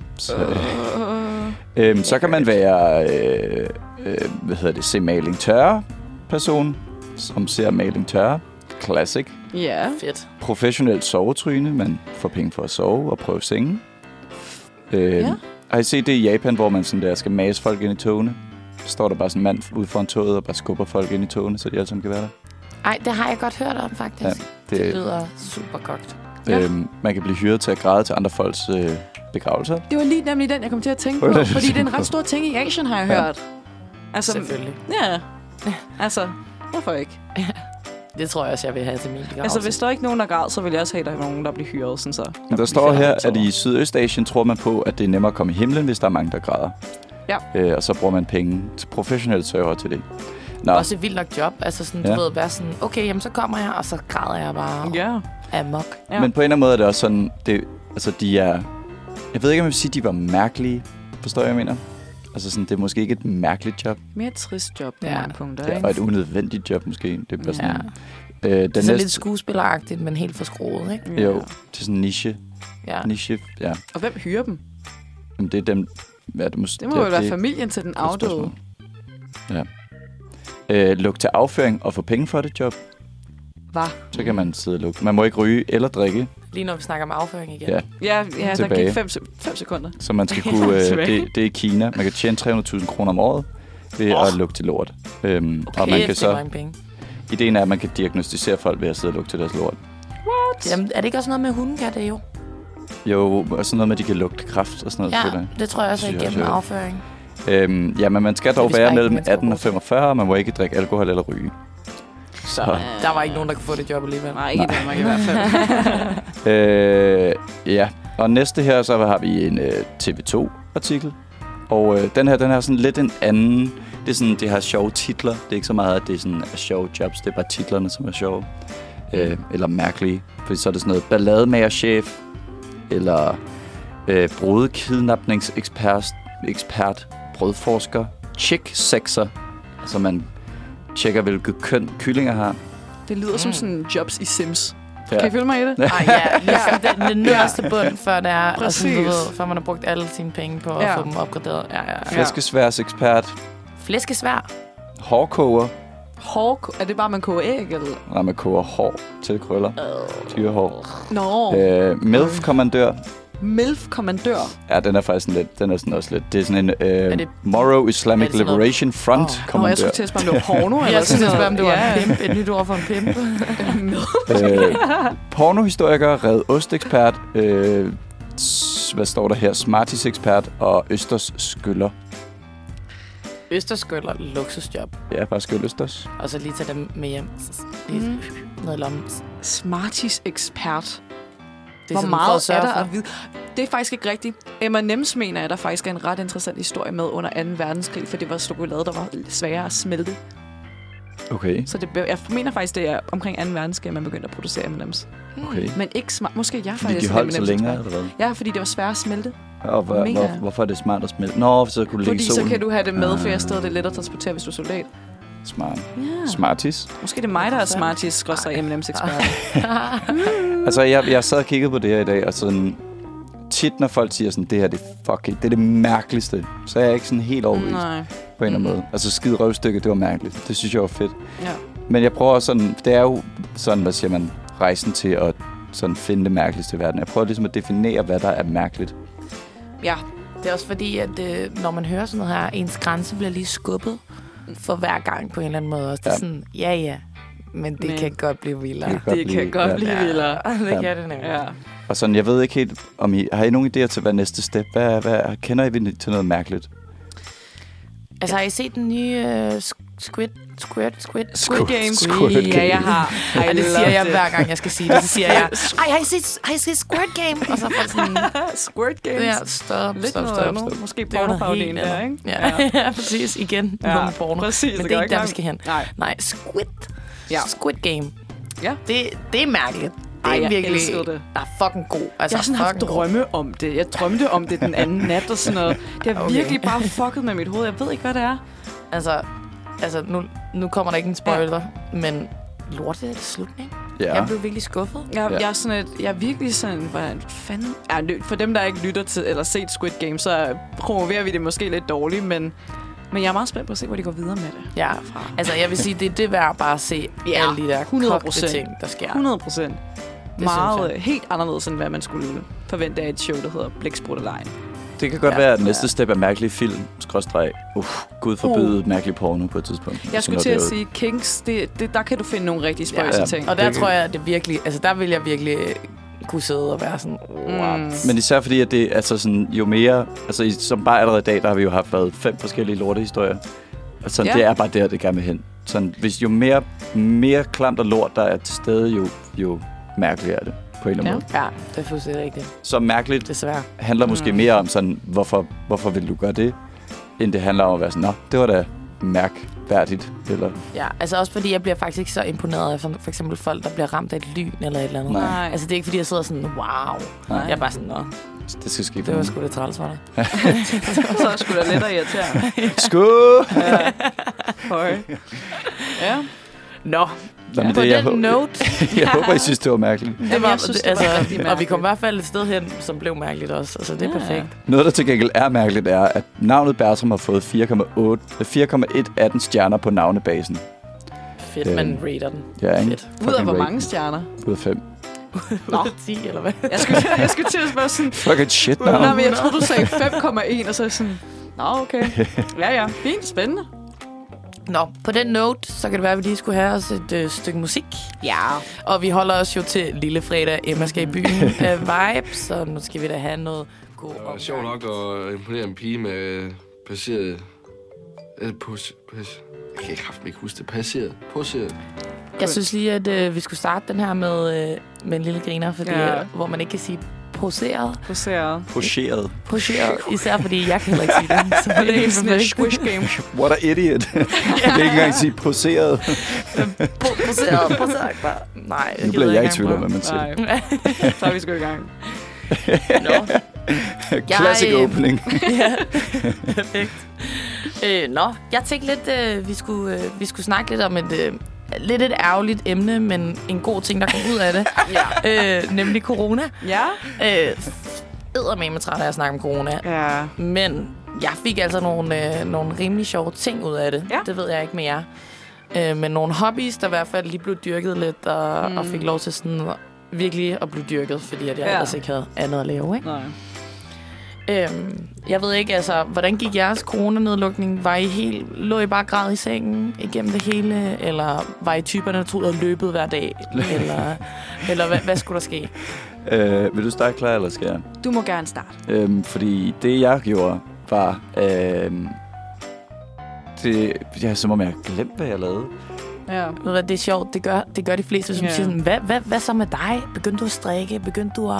Så kan man være, se maling tørre person, som ser maling tørre. Classic. Ja. Fedt. Professionelt sovetryne. Man får penge for at sove og prøve sengen. Har I set det i Japan, hvor man sådan der skal mase folk ind i togene? Så står der bare sådan en mand ude foran toget og bare skubber folk ind i togene, så de alle sammen kan være der. Ej, det har jeg godt hørt om, faktisk. Ja, det lyder super godt. Man kan blive hyret til at græde til andre folks begravelser. Det var lige nemlig den, jeg kom til at tænke på, fordi det er en ret stor ting i Asien, har jeg hørt. Altså, selvfølgelig. Ja. Altså, hvorfor ikke? Det tror jeg også, jeg vil have til min begravelse. Altså, hvis der ikke er nogen, der græd, så vil jeg også have, der er nogen, der bliver hyret. Sådan så. Der står her, at i Sydøstasien tror man på, at det er nemmere at komme i himlen, hvis der er mange, der græder. Ja. Og så bruger man penge til professionelle server til det. Også et vildt nok job. Altså sådan, du ved, være sådan, okay, jamen så kommer jeg, og så græder jeg bare amok. Ja. Men på en eller anden måde er det også sådan, de er... Jeg ved ikke, om jeg vil sige, de var mærkelige. Forstår jeg, mener? Altså sådan, det er måske ikke et mærkeligt job. Mere et trist job på mange punkter, Ja, ikke? og et unødvendigt job måske. Det er bare sådan... Det er så lidt skuespilleragtigt, men helt forskroet, ikke? Jo, det er sådan en niche. Ja. Niche, ja. Og hvem hyrer dem? Jamen, det er dem... Ja, det må jo være familien til den afdøde. Ja. Luk til afføring og få penge for det job. Hvad? Så kan man sidde og lukke. Man må ikke ryge eller drikke. Lige når vi snakker om afføring igen. Ja, der gik 5 sekunder. Så man skal kunne... det er i Kina. Man kan tjene 300.000 kroner om året ved at lukke til lort. Okay, og man kan så... penge. Ideen er, at man kan diagnostisere folk ved at sidde og lugte til deres lort. What? Jamen, er det ikke også noget med hunden kan det jo? Jo, og sådan noget med, at de kan lugte kræft og sådan noget. Ja, det tror jeg også er igennem afføring. Ja, men man skal dog være mellem 18 og 45, og man må ikke drikke alkohol eller ryge. Så der var ikke nogen, der kunne få det job alligevel. Nej, ikke i Danmark i hvert fald. Ja, og næste her, så har vi en TV2-artikel. Og den her er sådan lidt en anden... Det er sådan, de har sjove titler. Det er ikke så meget, at det er sådan sjove jobs. Det er bare titlerne, som er sjove. Eller mærkelige. Fordi så er det sådan noget ballademagerchef. Eller brudekidnapningsekspert. Brødforsker. Chick-sexer. Altså man tjekker, hvilket køn kyllinger har. Det lyder som sådan jobs i Sims. Ja. Kan I følge mig i det? Nej, ligesom det nederste bund, før det er, og sådan, du ved, før man har brugt alle sine penge på at få dem opgraderet. Flæskesværsekspert. Flæskesvær? Hårkoger. Er det bare, man koger æg, eller? Nej, man koger hår til krøller. Dyrehår. Nå. MILF-kommandør. MILF-kommandør? Ja, den er faktisk lidt, den er sådan også lidt. Det er sådan en Moro Islamic Liberation Front-kommandør. Jeg skulle til at spørge, om det var porno, eller jeg skulle til at spørge, om det var en pimp. Et nyt ord for en pimp. Pornohistoriker, red ostekspert, hvad står der her? Smarties-ekspert og Østers skyller. Østers skyller, luksusjob. Ja, bare skyld Østers. Og så lige tage dem med hjem. Noget lommen. Smarties-ekspert. Hvor meget er der at vide? Det er faktisk ikke rigtigt. M&M's mener jeg, der faktisk er en ret interessant historie med under 2. verdenskrig, for det var chokolade, der var sværere at smelte. Okay. Så jeg mener faktisk, det er omkring 2. verdenskrig, man begyndte at producere M&M's. Okay. Men ikke smart. Måske jeg fordi faktisk. De holdt så længere, eller hvad? Ja, fordi det var svært at smelte. Og hvorfor er det smart at smelte? Nå, så kunne du ligge i solen. Fordi så kan du have det med, for jeg stedet det er let at transportere, hvis du er soldat. Smart. Yeah. Smarties. Måske det er mig, der er Smarties, M&M's ekspert. Altså, jeg sad og kiggede på det her i dag, og sådan... Tit, når folk siger sådan, det her, det er det mærkeligste, så er jeg ikke sådan helt overbevist på en eller anden måde. Altså, skide røvstykke, det var mærkeligt. Det synes jeg var fedt. Ja. Men jeg prøver sådan... Det er jo sådan, hvad siger man, rejsen til at sådan finde det mærkeligste i verden. Jeg prøver ligesom at definere, hvad der er mærkeligt. Ja, det er også fordi, at når man hører sådan noget her, ens grænse bliver lige skubbet for hver gang på en eller anden måde. Også. Det er sådan, ja, men det kan godt blive vildere. Det kan godt blive vildere. Det kan det nemlig. Ja. Og sådan, jeg ved ikke helt, om har I nogen idéer til, hvad næste step? Hvad kender I til noget mærkeligt? Altså, har I set den nye Squid Game? Ja, jeg har. Og det siger jeg hver gang, jeg skal sige det. Så siger jeg, har I set Squid Game? Og så får sådan... Squid Game? Ja, stop. Måske pornoparodien der, ikke? Ja, præcis. Igen. Ja, porno. Præcis. Men det er ikke der, vi skal hen. Nej, Squid Game. Ja. Det er mærkeligt. Det er virkelig... det. Der er fucking god. Altså, jeg har sådan haft drømme om det. Jeg drømte om det den anden nat og sådan noget. Det har virkelig bare fucket med mit hoved. Jeg ved ikke, hvad det er. Altså nu kommer der ikke en spoiler, men lortet er det slutning. Ja. Jeg blev virkelig skuffet. Jeg er virkelig sådan, hvordan fanden... Ja, for dem, der ikke lytter til eller set Squid Game, så promoverer vi det måske lidt dårligt, men jeg er meget spændt på at se, hvor de går videre med det. Ja, altså jeg vil sige, det er værd bare at se alle de der 100% ting, der sker. 100%. Meget helt anderledes, end hvad man skulle forvente af et show, der hedder Blækspruttelejen. Det kan godt være, at næste step er mærkelig film, Gud forbyde mærkelig porno på et tidspunkt. Jeg skulle til at sige, Kings, der kan du finde nogle rigtig spøjse ting. Og der tror jeg, at det virkelig, altså der vil jeg virkelig kunne sidde og være sådan, Men især fordi, at det altså sådan, jo mere, altså som bare allerede i dag, der har vi jo haft 5 forskellige lortehistorier. Og sådan, det er bare der, det gerne vil hen. Sådan, hvis jo mere klamt og lort, der er til stede, jo mærkeligere er det. På en eller anden måde. Ja, det er fuldstændig rigtigt. Så mærkeligt desværre handler måske mere om sådan, hvorfor vil du gøre det, end det handler om at være sådan, det var da mærkværdigt. Eller... Ja, altså også fordi jeg bliver faktisk ikke så imponeret af for eksempel folk, der bliver ramt af et lyn eller et eller andet. Nej. Altså det er ikke fordi, jeg sidder sådan, wow. Nej. Jeg er bare sådan, nå, Det skal ske. det var sgu da træls for dig. Så er sgu da lidt at irritere. Skål! Ja. Høj. Ja. Nå, Jamen, på det, den note. jeg håber, I synes, det var mærkeligt. Det var, jeg synes, det var rigtig og vi mærkeligt. kom i hvert fald et sted hen, som blev mærkeligt også. Altså, det er perfekt. Noget, der til gengæld er mærkeligt, er, at navnet Bertram har fået 4,18 stjerner på navnebasen. Fedt, man rater den. Ja, ikke? Fedt. Ud af hvor mange stjerner? Ud af 5. Ud af 10, eller hvad? Jeg skulle til at spørge sådan... Fucking shit, Nå, navn. men jeg troede, du sagde 5,1, og så sådan... Nå, okay. Ja, fint, spændende. Nå, på den note, så kan det være, at vi lige skulle have os et stykke musik. Ja. Og vi holder os jo til Lille Fredag, Emma skal i byen vibe, så nu skal vi da have noget god Det var sjovt nok at imponere en pige med passeret... Jeg kan ikke huske det. Poseret. Jeg synes lige, at vi skulle starte den her med en lille griner, fordi, hvor man ikke kan sige poseret. Poseret. Poseret, især fordi jeg kan heller ikke sige det. Så det er helt sådan en perfekt. squish game. What a idiot. Jeg kan ikke engang sige poseret. Poseret. Nej, Nu bliver jeg i tvivl om, hvad man siger. Nej. Så er vi sgu i gang. Nå. Classic opening. Ja, perfekt. Jeg tænkte lidt, vi skulle snakke lidt om et ærgerligt emne, men en god ting, der kom ud af det. Nemlig corona. Ja. Eddermame træt af at snakke om corona. Ja. Men jeg fik altså nogle rimelig sjove ting ud af det. Ja. Det ved jeg ikke med jer. Men nogle hobbies, der i hvert fald lige blev dyrket lidt, og fik lov til sådan virkelig at blive dyrket, fordi at jeg ellers ikke havde andet at lave, ikke? Nej. Jeg ved ikke, altså, hvordan gik jeres coronanedlukning? Lå I bare græd i sengen igennem det hele? Eller var I typerne, der troede, at løbet hver dag? eller hvad skulle der ske? Vil du starte, klar, eller skal jeg? Du må gerne starte. Fordi det, jeg gjorde, var... det er som om, jeg har glemt, hvad jeg lavede. Ja. Ved du hvad, det er sjovt. Det gør de fleste, som siger sådan, hvad så med dig? Begyndte du at strikke? Begyndte du at...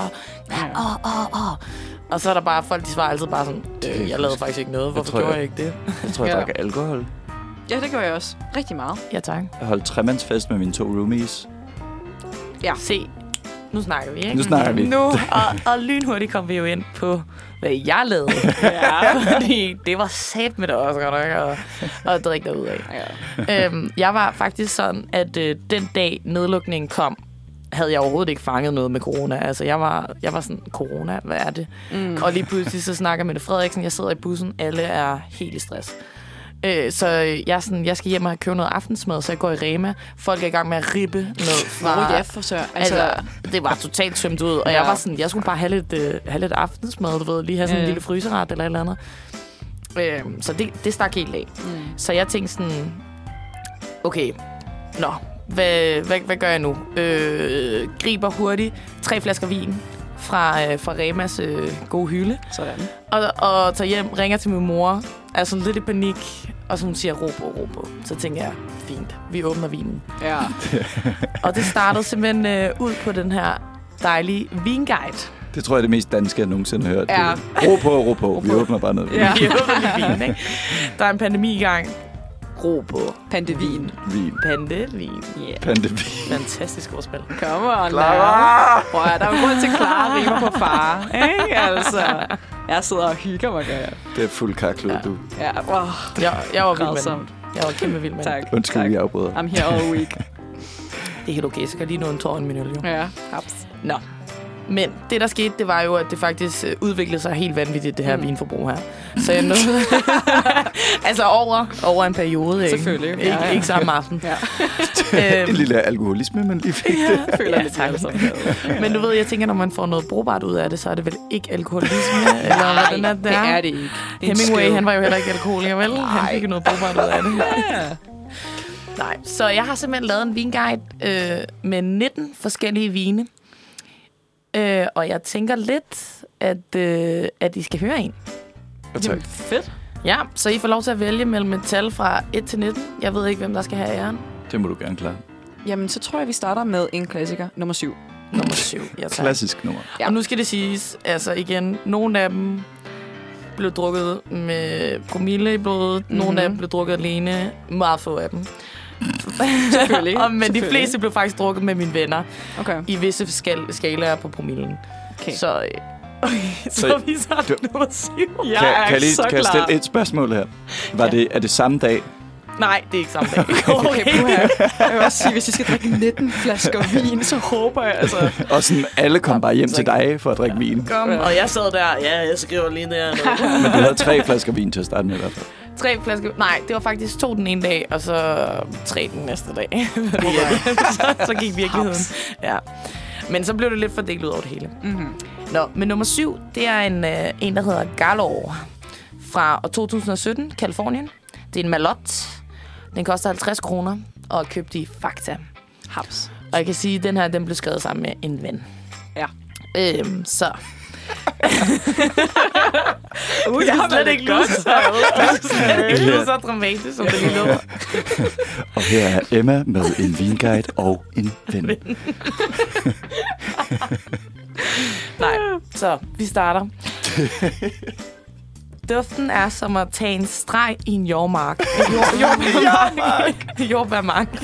Og så er der bare folk, de svarer altid bare sådan, jeg lavede faktisk ikke noget. Hvorfor gjorde jeg ikke det? Jeg tror, jeg drak alkohol. Ja, det gør jeg også. Rigtig meget. Ja, tak. Jeg holdt tremandsfest med mine 2 roomies. Ja. Se, nu snakker vi, ikke? Nu snakker vi. Og lynhurtigt kom vi jo ind på, hvad jeg lavede. Fordi det var sat med det også godt nok at drikke derudad. Ja. Jeg var faktisk sådan, at den dag nedlukningen kom, havde jeg overhovedet ikke fanget noget med corona. Altså, jeg var sådan, corona, hvad er det? Og lige pludselig så snakker Mette Frederiksen, jeg sidder i bussen, alle er helt i stress. Så jeg skal hjem og købe noget aftensmad, så jeg går i Rema. Folk er i gang med at ribbe noget fra... for sør. Altså, det var totalt tømt ud. Og jeg var sådan, jeg skulle bare have lidt aftensmad, du ved, lige have sådan en lille fryseret eller et eller andet. Så det stak helt af. Så jeg tænkte sådan, okay, hvad gør jeg nu? Griber hurtigt 3 flasker vin fra Remas gode hylde. Sådan. Og tager hjem, ringer til min mor, er sådan lidt i panik, og så hun siger, ro på. Så tænker jeg, fint, vi åbner vinen. Ja. Og det startede simpelthen ud på den her dejlige vinguide. Det tror jeg er det mest danske, jeg nogensinde har hørt. Ja. Ro på. Vi åbner bare noget. Ja, vi åbner lige vinen, ikke? Der er en pandemi i gang. Ro på. Pandevin. Vin. Pandevin. Yeah. Pandevin. Fantastisk ordspil. Come on, Clara. Prøv at, der er jo grund til Clara rimer på far. Ikke? Altså, jeg sidder og hygger mig, gør jeg. Det er fuld karklud, du. Ja, Jeg var vild med den. Jeg var kæmpe vild med den. Tak. Undskyld, vi afbryder. I'm here all week. Det er helt okay, så kan lige nå en tår en minut, jo. Ja, haps. Nå. Men det, der skete, det var jo, at det faktisk udviklede sig helt vanvittigt, det her vinforbrug her. Så jeg nåede... altså over en periode, ikke? Selvfølgelig. Ikke samme aften. Ja. En lille alkoholisme, man lige fik det. Jeg føler lidt tak. Men du ved, jeg tænker, når man får noget brugbart ud af det, så er det vel ikke alkoholisme? Eller hvordan er det? Det er det ikke. Hemingway, han var jo heller ikke alkoholiker, vel? Han fik noget brugbart ud af det. Nej, så jeg har simpelthen lavet en vinguide med 19 forskellige vine. Og jeg tænker lidt, at I skal høre en. Jamen, fedt. Ja, så I får lov til at vælge mellem et tal fra 1 til 19. Jeg ved ikke, hvem der skal have æren. Det må du gerne klare. Jamen, så tror jeg, vi starter med en klassiker. Nummer 7. Nummer 7, ja tak. Klassisk nummer. Ja. Og nu skal det siges, altså igen, nogle af dem blev drukket med promille i blodet. Nogle af dem blev drukket alene. Meget få af dem. Selvfølgelig. Men de fleste blev faktisk drukket med mine venner. Okay. I visse skalaer på promillen. Okay. Så vi starter nummer 7. Kan jeg stille et spørgsmål her? Er det samme dag? Nej, det er ikke samme dag. Okay. Jeg vil også sige, hvis I skal drikke 19 flasker vin, så håber jeg altså... Og sådan, alle kom bare hjem til dig for at drikke vin. Kom, og jeg sad der. Ja, jeg skriver lige der. Men du havde 3 flasker vin til at starte med i hvert fald. 3 flasker... Nej, det var faktisk 2 den ene dag, og så 3 den næste dag. så gik virkeligheden. Ja. Men så blev det lidt fordelt ud over det hele. Mm-hmm. Nå, men nummer 7, det er en der hedder Galore fra 2017, Californien. Det er en Malot. Den koster 50 kroner og er købt i Fakta. Haps. Og jeg kan sige, at den blev skrevet sammen med en ven. Ja. Så... jeg har slet ikke lyst så dramatisk, som det lige lød. Og her er Emma med en vinguide og en ven. Nej, så vi starter. Duften er som at tage en streg i en jordmark. Jordbærmark.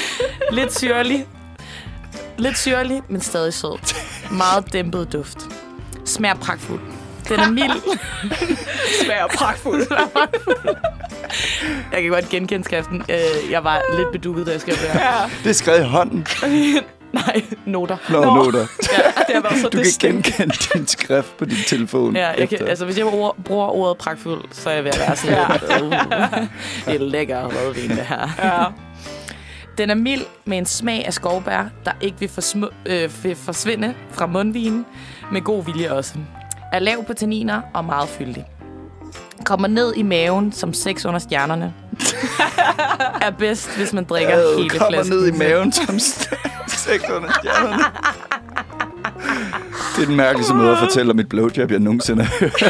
Lidt syrlig, men stadig sød. Meget dæmpet duft. Smager pragtfuld. Den er mild. Smager pragtfuld. Jeg kan godt genkende skriften. Jeg var lidt bedukket, da jeg skrev det her. Ja. Det er skrevet i hånden. Nej, noter. Noter. Ja, det har været så du kan genkende din skrift på din telefon. Ja, hvis jeg bruger ordet pragtfuld, så er jeg ved at være sådan det er lækker rødvin, det her. Ja. Den er mild med en smag af skovbær, der ikke vil forsvinde fra mundvinen, med god vilje også. Er lav på tanniner og meget fyldig. Kommer ned i maven som 6 under stjernerne. Er bedst, hvis man drikker hele flasken. Kommer ned i maven som 6 under stjernerne. Det er den mærkeligste måde at fortælle om et blowjob, jeg nogensinde har hørt.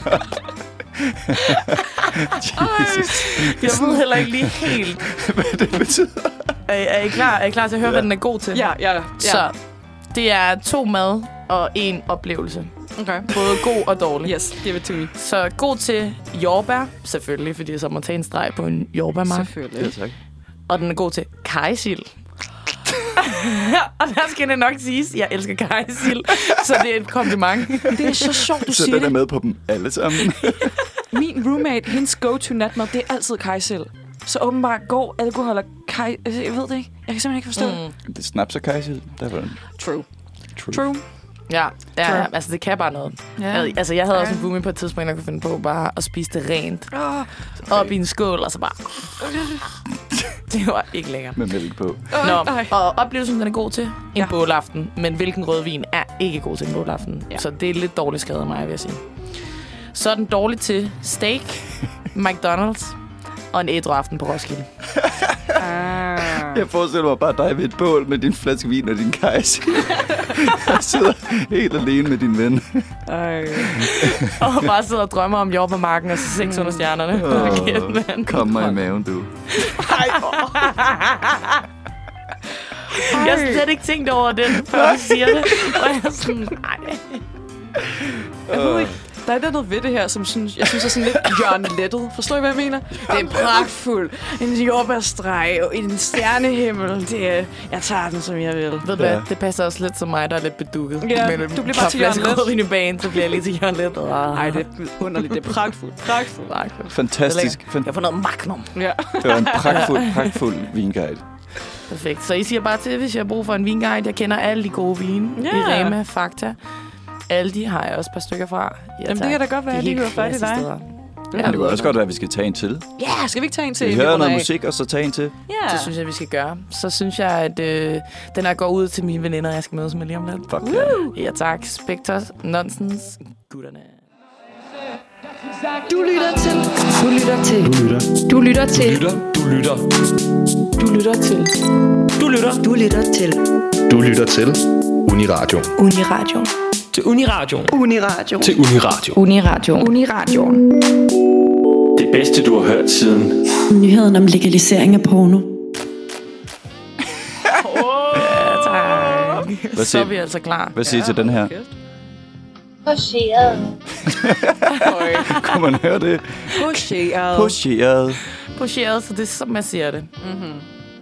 Jeg ved heller ikke lige helt, hvad det betyder. Er I klar til at høre, hvad den er god til? Ja. Så det er 2 mad og 1 oplevelse. Okay. Både god og dårlig. Yes, give it to me. Så god til jordbær, selvfølgelig, fordi det er som at tage en streg på en jordbærmark. Selvfølgelig. Ja, tak. Og den er god til kajsild. Og der skal det nok siges, jeg elsker kajsild, så det er et kompliment. Det er så sjovt, du så siger den er med på dem alle sammen. Min roommate, hendes go-to-natmad, det er altid kajsild. Så åbenbart går alkohol og jeg ved det ikke. Jeg kan simpelthen ikke forstå det. Det er snaps og kajsild. True. Ja, altså det kan bare noget. Yeah. Jeg havde også en roomie på et tidspunkt, der kunne finde på bare at spise det rent. Op i en skål, og så bare... Det var ikke lækkert. Med mælk på. Og oplevelsen, den er god til en bålaften. Men hvilken rødvin er ikke god til en bålaften? Ja. Så det er lidt dårligt skrevet af mig, vil jeg sige. Så er den dårlig til steak, McDonald's og en ædru aften på Roskilde. Jeg forestiller mig bare dig ved et bål med din flaske vin og din kajs. Jeg sidder helt alene med din ven. Og bare sidder og drømmer om jordbærmarken og så 600 stjernerne. Kom mig i maven, du. Jeg har slet ikke tænkt over den, før du siger det. Og jeg er sådan, nej. Jeg ved ikke. Der er noget ved det her, som jeg synes er sådan lidt hjørnelettet. Forstår I, hvad jeg mener? Det er pragtfuldt. En jordbærstreg og en stjernehimmel. Jeg tager den, som jeg vil. Ved du hvad? Det passer også lidt som mig, der er lidt bedukket. Ja, du bliver bare til hjørnelet. I banen, så bliver jeg lige til hjørnelet. Nej, det er underligt. Det er pragtfuldt. Fantastisk. Jeg får noget magnum. Ja. Det var en pragtfuld vinguide. Perfekt. Så I siger bare til, hvis jeg har brug for en vinguide. Jeg kender alle de gode vine. I Rema, Fakta. Aldi har jeg også et par stykker fra. Jamen, det kan da godt være, at de hører fat i dig. Ja, det kunne også godt være, at vi skal tage en til. Ja, skal vi ikke tage en til? Vi hører noget musik, og så tage en til. Ja. Det synes jeg, vi skal gøre. Så synes jeg, at den her går ud til mine veninder, jeg skal mødes med lige om lidt. Fuck ja, tak. Spectres, Nonsens, gutterne. Du lytter til. Du lytter til. Du lytter til. Du lytter. Du lytter til. Du lytter. Du lytter til. Du lytter til Uniradio. Uniradio. Til Uniradio. Uniradio. Til Uniradio. Uniradio. Uniradio. Det bedste, du har hørt siden nyheden om legalisering af porno. Ja, tak. Så er vi altså klar. Hvad siger I til den her? Pocheret. Kunne man høre det? Pocheret, så det er som man siger det. Mm-hmm.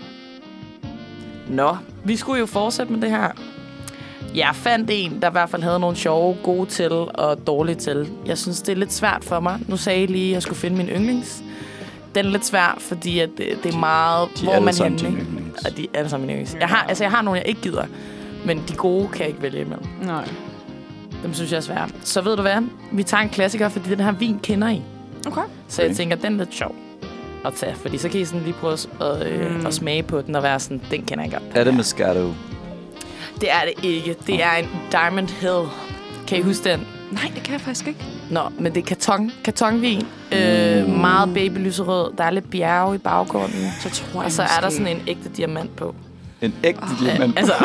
Nå, vi skulle jo fortsætte med det her. Jeg fandt en, der i hvert fald havde nogle sjove, gode til og dårlige til. Jeg synes, det er lidt svært for mig. Nu sagde jeg lige, at jeg skulle finde min yndlings. Den er lidt svær, fordi at det er meget, hvor man henne. Og de er alle sammen mine yndlings. Jeg har nogle, jeg ikke gider. Men de gode kan jeg ikke vælge imellem. Nej. Dem synes jeg er svært. Så ved du hvad? Vi tager en klassiker, fordi den her vin kender I. Okay. Så jeg tænker, den er lidt sjov at tage. Fordi så kan I sådan lige prøve at smage på den og være sådan, den kender jeg godt. Er det Moscato? Det er det ikke. Det er en Diamond Hill. Kan I huske den? Nej, det kan jeg faktisk ikke. Nå, men det er kartonvin. Meget babylyserød. Der er lidt bjerge i baggrunden. Så tror jeg og så er der sådan en ægte diamant på. En ægte diamant? Altså,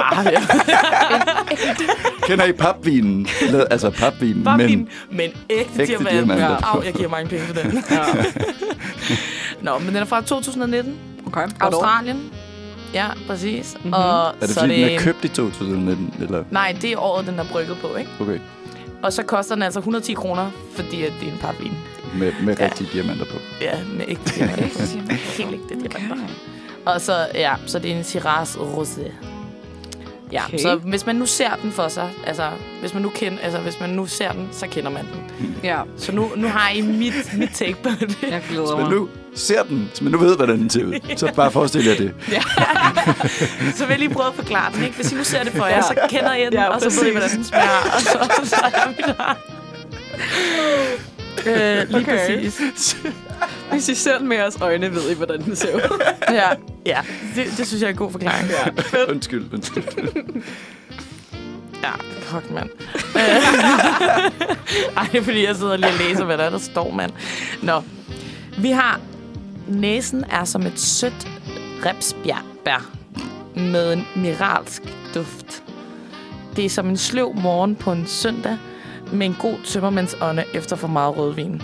Kender I papvinen? Altså papvinen, men ægte diamant. Au, jeg giver mange penge for den. Ja. Nå, men den er fra 2019. Okay. Australien. Ja, præcis. Mm-hmm. Og er det så fordi, den er købt i 2019? Eller? Nej, det er året, den er brygget på, ikke? Okay. Og så koster den altså 110 kroner, fordi at det er en papvin. Med rigtige diamanter på? Ja, med ægte diamanter på. Helt ægte diamanter. Og så, så det er en Shiraz Rosé. Ja, okay. Så hvis man nu ser den for sig, hvis man nu ser den, så kender man den. Ja. Så nu har I mit take på det. Jeg glæder mig. Hvis man nu ser den, så man nu ved, hvordan den ser ud, så bare forestil jer det. Ja. Så vil jeg lige prøve at forklare den, ikke? Hvis I nu ser det for jer, så kender I den, og så ved I, hvordan den smager. Og så er vi der. Lige præcis. Hvis I ser den med jeres øjne, ved I, hvordan den ser ud. Ja. Det synes jeg er en god forklaring. Ja. Undskyld. Ja, fuck, mand. Ej, det er fordi, jeg sidder lige og læser, hvad der står, mand. Nå, vi har... Næsen er som et sødt ripsbær med en mineralsk duft. Det er som en sløv morgen på en søndag med en god tømmermandsånde efter for meget rødvin.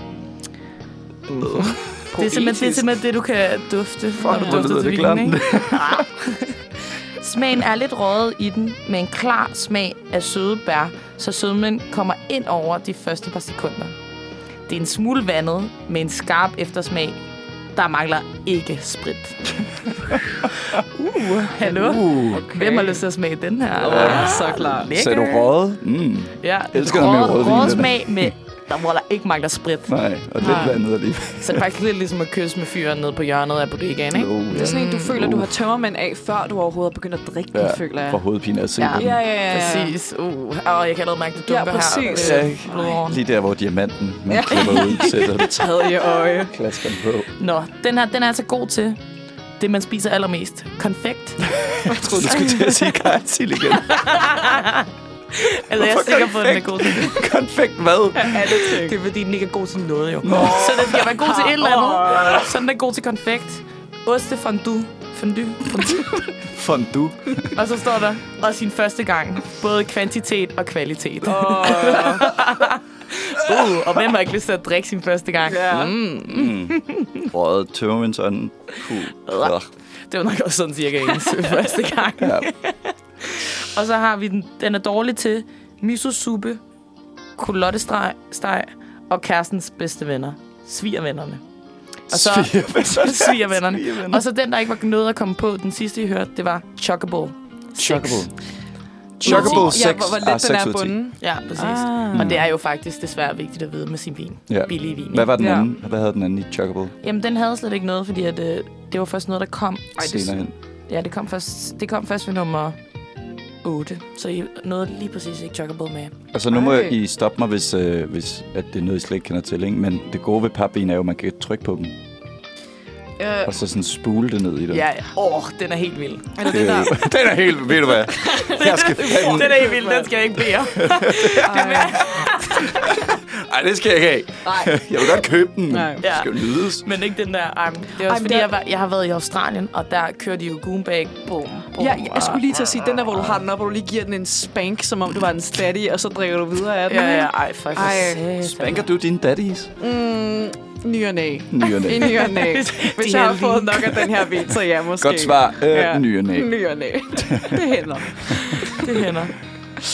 Det er simpelthen det, du kan dufte, når du dufter til vinen, ikke? Smagen er lidt røget i den, med en klar smag af søde bær, så sødmen kommer ind over de første par sekunder. Det er en smule vandet med en skarp eftersmag. Der mangler ikke sprit. Hallo? Okay. Hvem har lyst til at smage den her? Så klart. Så er du røget? Ja, elsker dig med rødvin. Røget smag med... hvor der ikke mangler sprit. Nej, og lidt vandet alligevel. Så det er faktisk lidt ligesom at kysse med fyren nede på hjørnet af bodegaen, ikke? Det er sådan en, du føler, du har tømmermænd af, før du overhovedet begynder at drikke den, føler jeg. For hovedpine at se den. Ja. Præcis. Jeg kan allerede mærke, det dunker præcis. her. Lige der, hvor diamanten klipper ud, sætter det tredje øje. Klasker den på. Nå, den er altså god til det, man spiser allermest. Konfekt. Jeg troede, du skulle til at sige kajsil igen. Altså, jeg er sikker på, at den er god til det. Konfekt hvad? Det er, fordi den ikke er god til noget, jo. Så den skal være god til et eller andet. Så den er god til konfekt. Ostefondue. Fondue. Og så står der også sin første gang. Både kvantitet og kvalitet. Og hvem har ikke lyst til at drikke sin første gang? Røget tømmermandsånden. Det var nok også sådan cirka ens første gang. Ja. Og så har vi den er dårlig til miso-suppe, kulottesteg og kærestens bedste venner. Svigervennerne. Og så svigervennerne. Og så den, der ikke var noget at komme på, den sidste, I hørte, det var Chockable. Chockable 6. Ja, hvor let den er bunden. Ja, præcis. Og det er jo faktisk desværre vigtigt at vide med sin vin. Ja. Billige vin. Hvad var den anden? Hvad havde den anden i Chockable? Jamen, den havde slet ikke noget, fordi at, det var først noget, der kom. Senere hen. Ja, det kom først ved nummer 8. Så I nåede lige præcis ikke Chockable med. Altså nu må I stoppe mig, hvis at det er noget, I slet ikke kender til, ikke? Men det gode ved papvin er jo, at man kan trykke på dem. Og så sådan spule det ned i det. Ja. Den er helt vild. Eller det der. Den er helt vild, ved du hvad? Den er helt vild, den skal jeg ikke bede om. Ej, det skal jeg ikke have. Nej. Jeg vil godt købe den, men det skal jo nydes. Men ikke den der. Det er også fordi, jeg har været i Australien, og der kører de jo goombag. Boom. Ja, jeg skulle lige til at sige, den der, hvor du har den op, og du lige giver den en spank, som om du var en daddy, og så drikker du videre af den. Ja. Ej, fuck. Spanker du dine daddies? Ny og næ. Ny og næ. Hvis jeg har fået nok af den her vin, så ja, måske. Godt svar. Ny og næ. Ny og næ. Det hænder.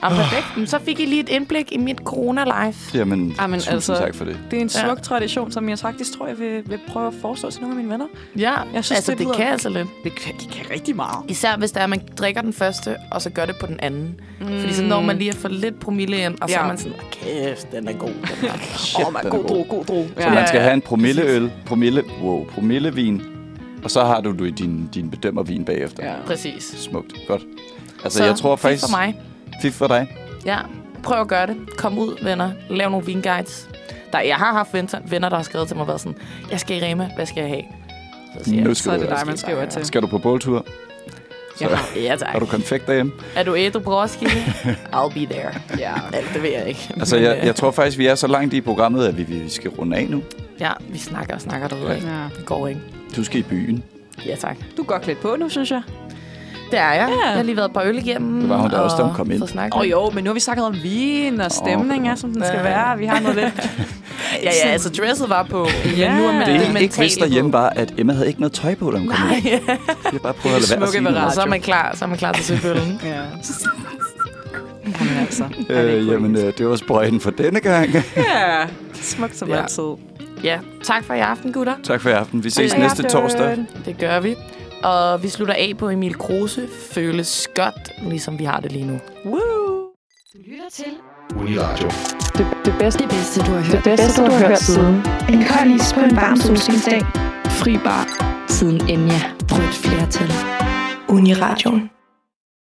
Perfekt. Så fik I lige et indblik i mit corona-life. Jamen tusind tak for det. Det er en smuk tradition, som jeg faktisk tror, jeg vil prøve at foreslå til nogle af mine venner. Ja, jeg synes, det kan altså lidt. Det kan rigtig meget. Især hvis det er, at man drikker den første, og så gør det på den anden. Fordi så når man lige at få lidt promille ind, og så er man sådan, kæft, den er god. God dro. Så man skal have en promillevin, og så har du din bedømmervin bagefter. Ja. Præcis. Smukt. Godt. Altså, så jeg tror faktisk... for mig. Fif for dig. Ja. Prøv at gøre det. Kom ud, venner. Lav nogle vinguides. Jeg har haft venner, der har skrevet til mig, været sådan, jeg skal i Rema, hvad skal jeg have? Så er det dig, man skriver til. Skal du på båltur? Ja, tak. Har du konfekt derhjemme? Er du ædru på Roskilde? I'll be there. Ja, det ved jeg ikke. Altså, jeg tror faktisk, vi er så langt i programmet, at vi skal runde af nu. Ja, vi snakker derude. Ja. Det går ikke. Du skal i byen. Ja, tak. Du er godt klædt på nu, synes jeg. Det er jeg. Jeg har lige været et par øl igennem. Det var hun da også, da hun kom ind. Jo, men nu har vi snakket om vin, og stemning som den skal være. Vi har noget lidt... ja, altså dresset var på. Ja. Nu er det jeg ikke vidste derhjemme var, at Emma havde ikke noget tøj på, da hun kom ind. Jeg bare prøvet at lade være at sige noget. Og så er man klar til søbøllen. Ja. Jamen altså. Jamen, det var sprøjten for denne gang. Ja, smukt som altid. Ja, tak for i aften, gutter. Tak for i aften. Vi ses næste torsdag. Det gør vi. Og vi slutter af på Emil Kruse. Føles godt, ligesom vi har det lige nu. Woo! Du lytter til Uniradio. Det bedste, du har hørt siden. En kold is på en varm solskinsdag. Fri bar siden Enya. Rødt flertal. Uniradioen.